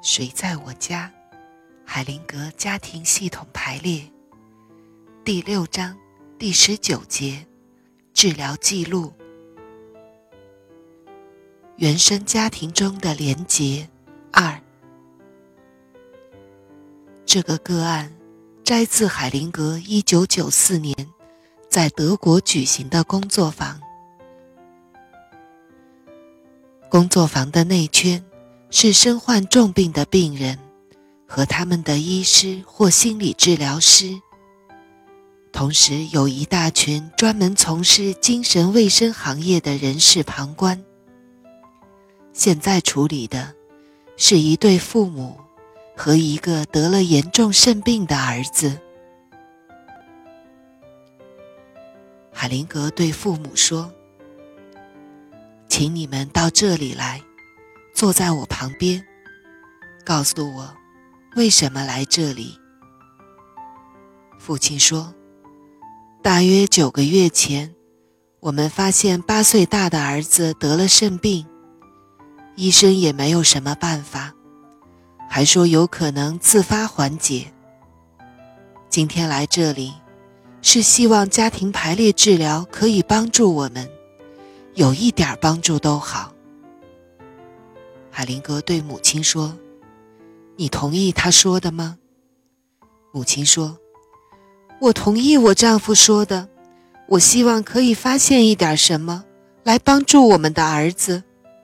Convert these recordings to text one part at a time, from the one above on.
谁在我家？海灵格家庭系统排列，第6章第19节，治疗记录。原生家庭中的连结2。这个个案摘自海灵格1994年在德国举行的工作坊。工作坊的内圈是身患重病的病人和他们的医师或心理治疗师，同时有一大群专门从事精神卫生行业的人士旁观。现在处理的是一对父母和一个得了严重肾病的儿子。海灵格对父母说：请你们到这里来，坐在我旁边，告诉我为什么来这里。父亲说：大约9个月前，我们发现8岁大的儿子得了肾病，医生也没有什么办法，还说有可能自发缓解。今天来这里，是希望家庭排列治疗可以帮助我们，有一点帮助都好。海灵格对母亲说：你同意他说的吗？母亲说：我同意我丈夫说的，我希望可以发现一点什么来帮助我们的儿子。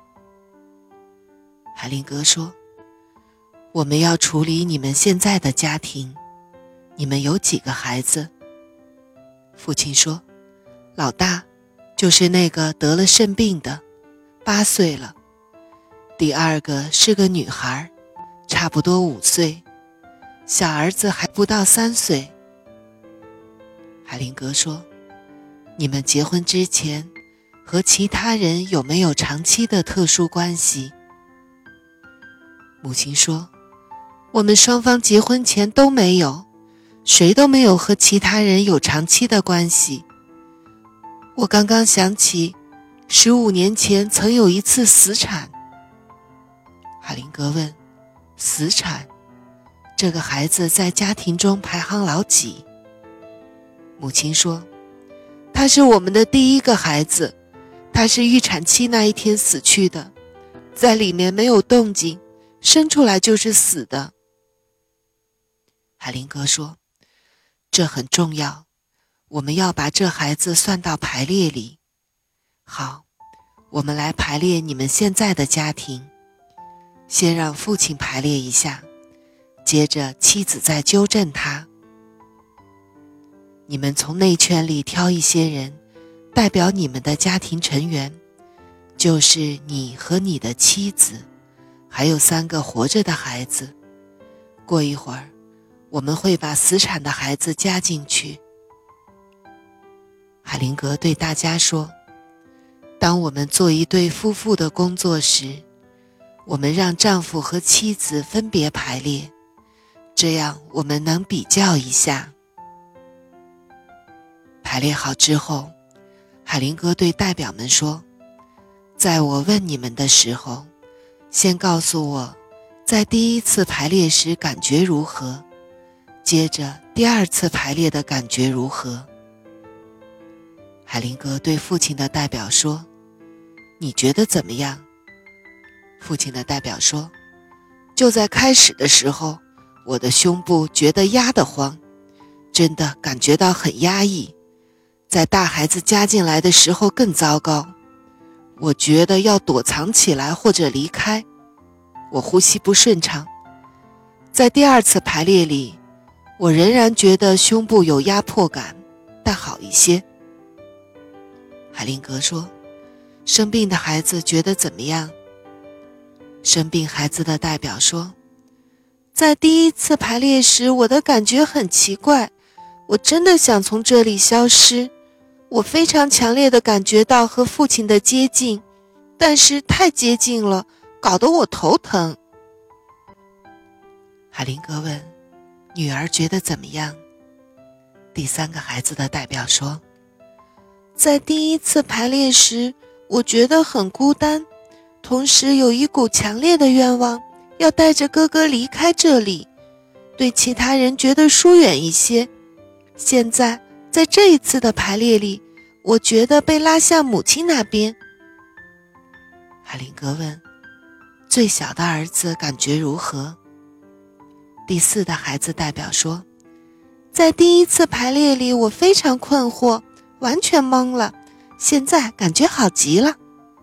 海灵格说：我们要处理你们现在的家庭，你们有几个孩子？父亲说：老大就是那个得了肾病的，8岁了。第二个是个女孩，差不多5岁，小儿子还不到3岁。海灵格说：你们结婚之前和其他人有没有长期的特殊关系？母亲说：我们双方结婚前都没有，谁都没有和其他人有长期的关系。我刚刚想起15年前曾有一次死产。海灵格问：死产？这个孩子在家庭中排行老几？母亲说：他是我们的第1个孩子，他是预产期那一天死去的，在里面没有动静，生出来就是死的。海灵格说：这很重要，我们要把这孩子算到排列里。好，我们来排列你们现在的家庭，先让父亲排列一下，接着妻子再纠正他。你们从内圈里挑一些人，代表你们的家庭成员，就是你和你的妻子，还有3个活着的孩子。过一会儿，我们会把死产的孩子加进去。海灵格对大家说：当我们做一对夫妇的工作时，我们让丈夫和妻子分别排列，这样我们能比较一下。排列好之后，海灵格对代表们说：在我问你们的时候，先告诉我在第1次排列时感觉如何，接着第2次排列的感觉如何。海灵格对父亲的代表说：你觉得怎么样？父亲的代表说：就在开始的时候，我的胸部觉得压得慌，真的感觉到很压抑。在大孩子加进来的时候更糟糕，我觉得要躲藏起来或者离开，我呼吸不顺畅。在第2次排列里，我仍然觉得胸部有压迫感，但好一些。海灵格说：生病的孩子觉得怎么样？生病孩子的代表说：在第1次排列时，我的感觉很奇怪，我真的想从这里消失，我非常强烈地感觉到和父亲的接近，但是太接近了，搞得我头疼。海灵格问：女儿觉得怎么样？第3个孩子的代表说：在第1次排列时，我觉得很孤单，同时有一股强烈的愿望要带着哥哥离开这里，对其他人觉得疏远一些。现在在这一次的排列里，我觉得被拉向母亲那边。海灵格问，最小的儿子感觉如何？第4的孩子代表说，在第一次排列里我非常困惑，完全懵了，现在感觉好极了。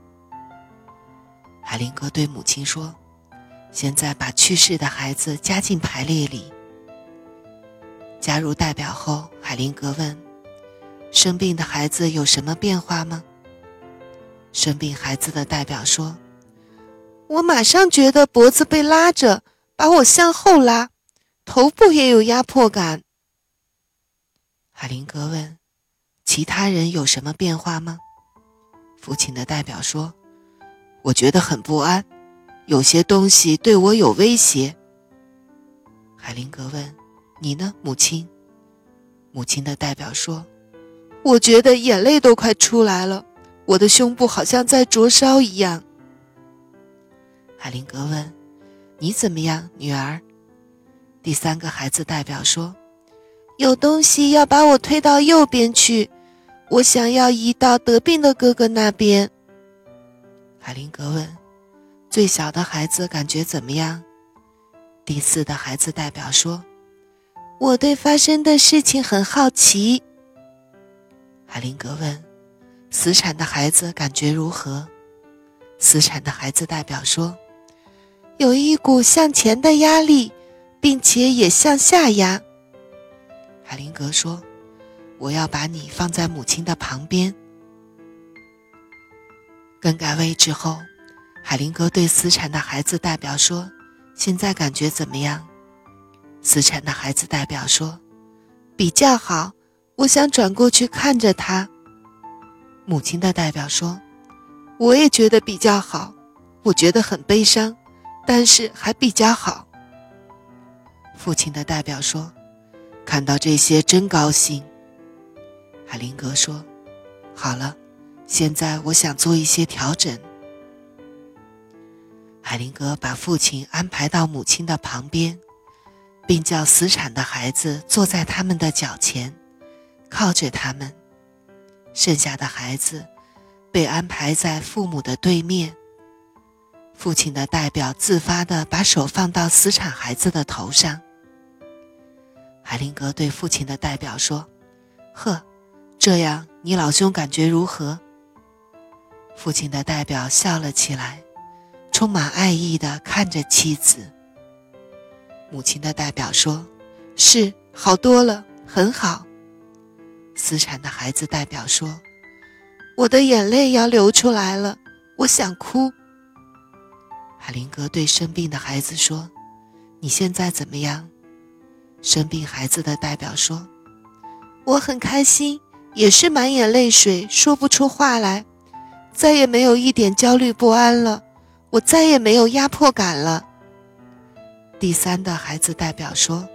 海灵格对母亲说，现在把去世的孩子加进排列里。加入代表后，海灵格问，生病的孩子有什么变化吗？生病孩子的代表说，我马上觉得脖子被拉着，把我向后拉，头部也有压迫感。海灵格问，其他人有什么变化吗？父亲的代表说，我觉得很不安，有些东西对我有威胁。海灵格问，你呢，母亲？母亲的代表说，我觉得眼泪都快出来了，我的胸部好像在灼烧一样。海灵格问，你怎么样，女儿？第3个孩子代表说，有东西要把我推到右边去，我想要移到得病的哥哥那边。海灵格问，最小的孩子感觉怎么样？第4的孩子代表说，我对发生的事情很好奇。海灵格问，死产的孩子感觉如何？死产的孩子代表说，有一股向前的压力，并且也向下压。海灵格说，我要把你放在母亲的旁边。更改位置后，海灵格对死产的孩子代表说，现在感觉怎么样？死产的孩子代表说，比较好，我想转过去看着他。母亲的代表说，我也觉得比较好，我觉得很悲伤，但是还比较好。父亲的代表说，看到这些真高兴。海灵格说，好了，现在我想做一些调整。海灵格把父亲安排到母亲的旁边，并叫死产的孩子坐在他们的脚前，靠着他们。剩下的孩子被安排在父母的对面。父亲的代表自发地把手放到死产孩子的头上。海灵格对父亲的代表说，呵，这样你老兄感觉如何？父亲的代表笑了起来，充满爱意地看着妻子。母亲的代表说，是，好多了，很好。死产的孩子代表说，我的眼泪要流出来了，我想哭。海灵格对生病的孩子说，你现在怎么样？生病孩子的代表说，我很开心，也是满眼泪水，说不出话来，再也没有一点焦虑不安了，我再也没有压迫感了。第3的孩子代表说，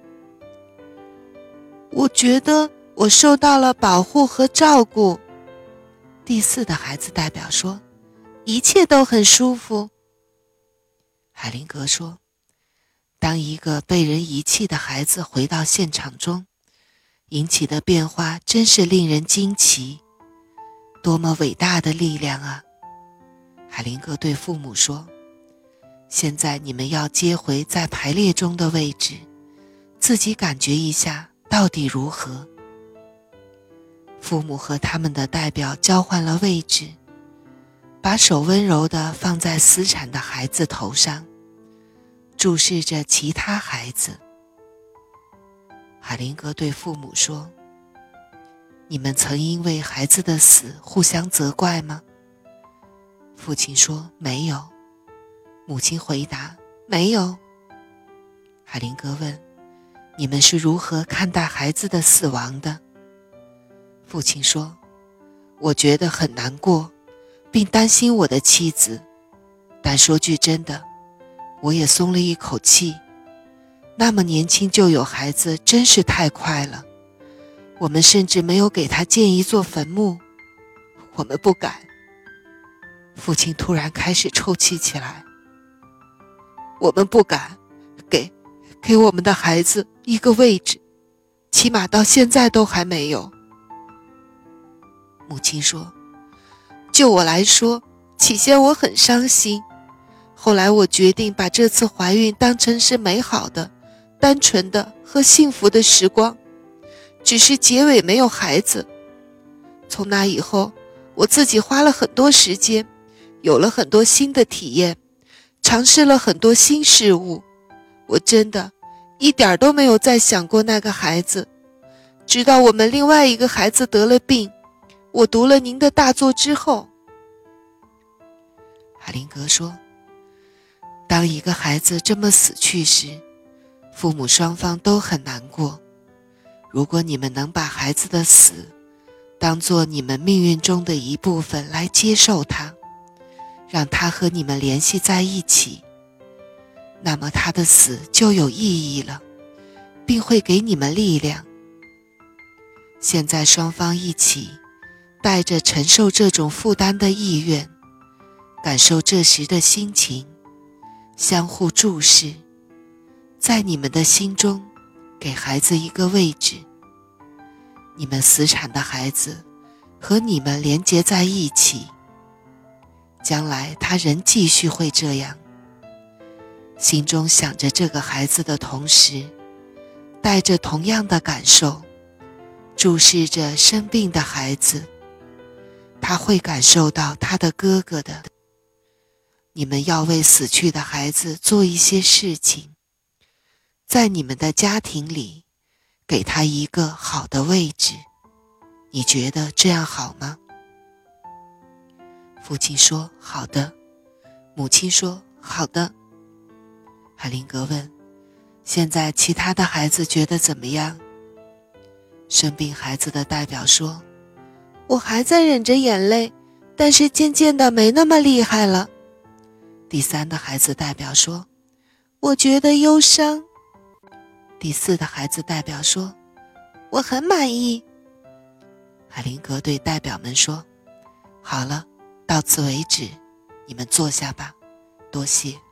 我觉得我受到了保护和照顾。第4的孩子代表说，一切都很舒服。海灵格说，当一个被人遗弃的孩子回到现场中，引起的变化真是令人惊奇，多么伟大的力量啊！海灵格对父母说，现在你们要接回在排列中的位置，自己感觉一下到底如何。父母和他们的代表交换了位置，把手温柔地放在死产的孩子头上，注视着其他孩子。海灵格对父母说，你们曾因为孩子的死互相责怪吗？父亲说，没有。母亲回答，没有。海灵格问，你们是如何看待孩子的死亡的？父亲说，我觉得很难过，并担心我的妻子，但说句真的，我也松了一口气。那么年轻就有孩子真是太快了，我们甚至没有给他建一座坟墓，我们不敢。父亲突然开始抽泣起来。 我们不敢给我们的孩子一个位置，起码到现在都还没有。母亲说，就我来说，起先我很伤心，后来我决定把这次怀孕当成是美好的、单纯的和幸福的时光，只是结尾没有孩子。从那以后，我自己花了很多时间，有了很多新的体验，尝试了很多新事物。我真的一点都没有再想过那个孩子，直到我们另外一个孩子得了病，我读了您的大作之后。海灵格说，当一个孩子这么死去时，父母双方都很难过。如果你们能把孩子的死当作你们命运中的一部分来接受它，让它和你们联系在一起，那么他的死就有意义了，并会给你们力量。现在双方一起带着承受这种负担的意愿，感受这时的心情，相互注视，在你们的心中给孩子一个位置。你们死产的孩子和你们连结在一起，将来他仍继续会这样。心中想着这个孩子的同时，带着同样的感受，注视着生病的孩子，他会感受到他的哥哥的。你们要为死去的孩子做一些事情，在你们的家庭里给他一个好的位置。你觉得这样好吗？父亲说，好的。母亲说，好的。海灵格问，现在其他的孩子觉得怎么样？生病孩子的代表说，我还在忍着眼泪，但是渐渐的没那么厉害了。第三的孩子代表说，我觉得忧伤。第四的孩子代表说，我很满意。海灵格对代表们说，好了，到此为止，你们坐下吧，多谢。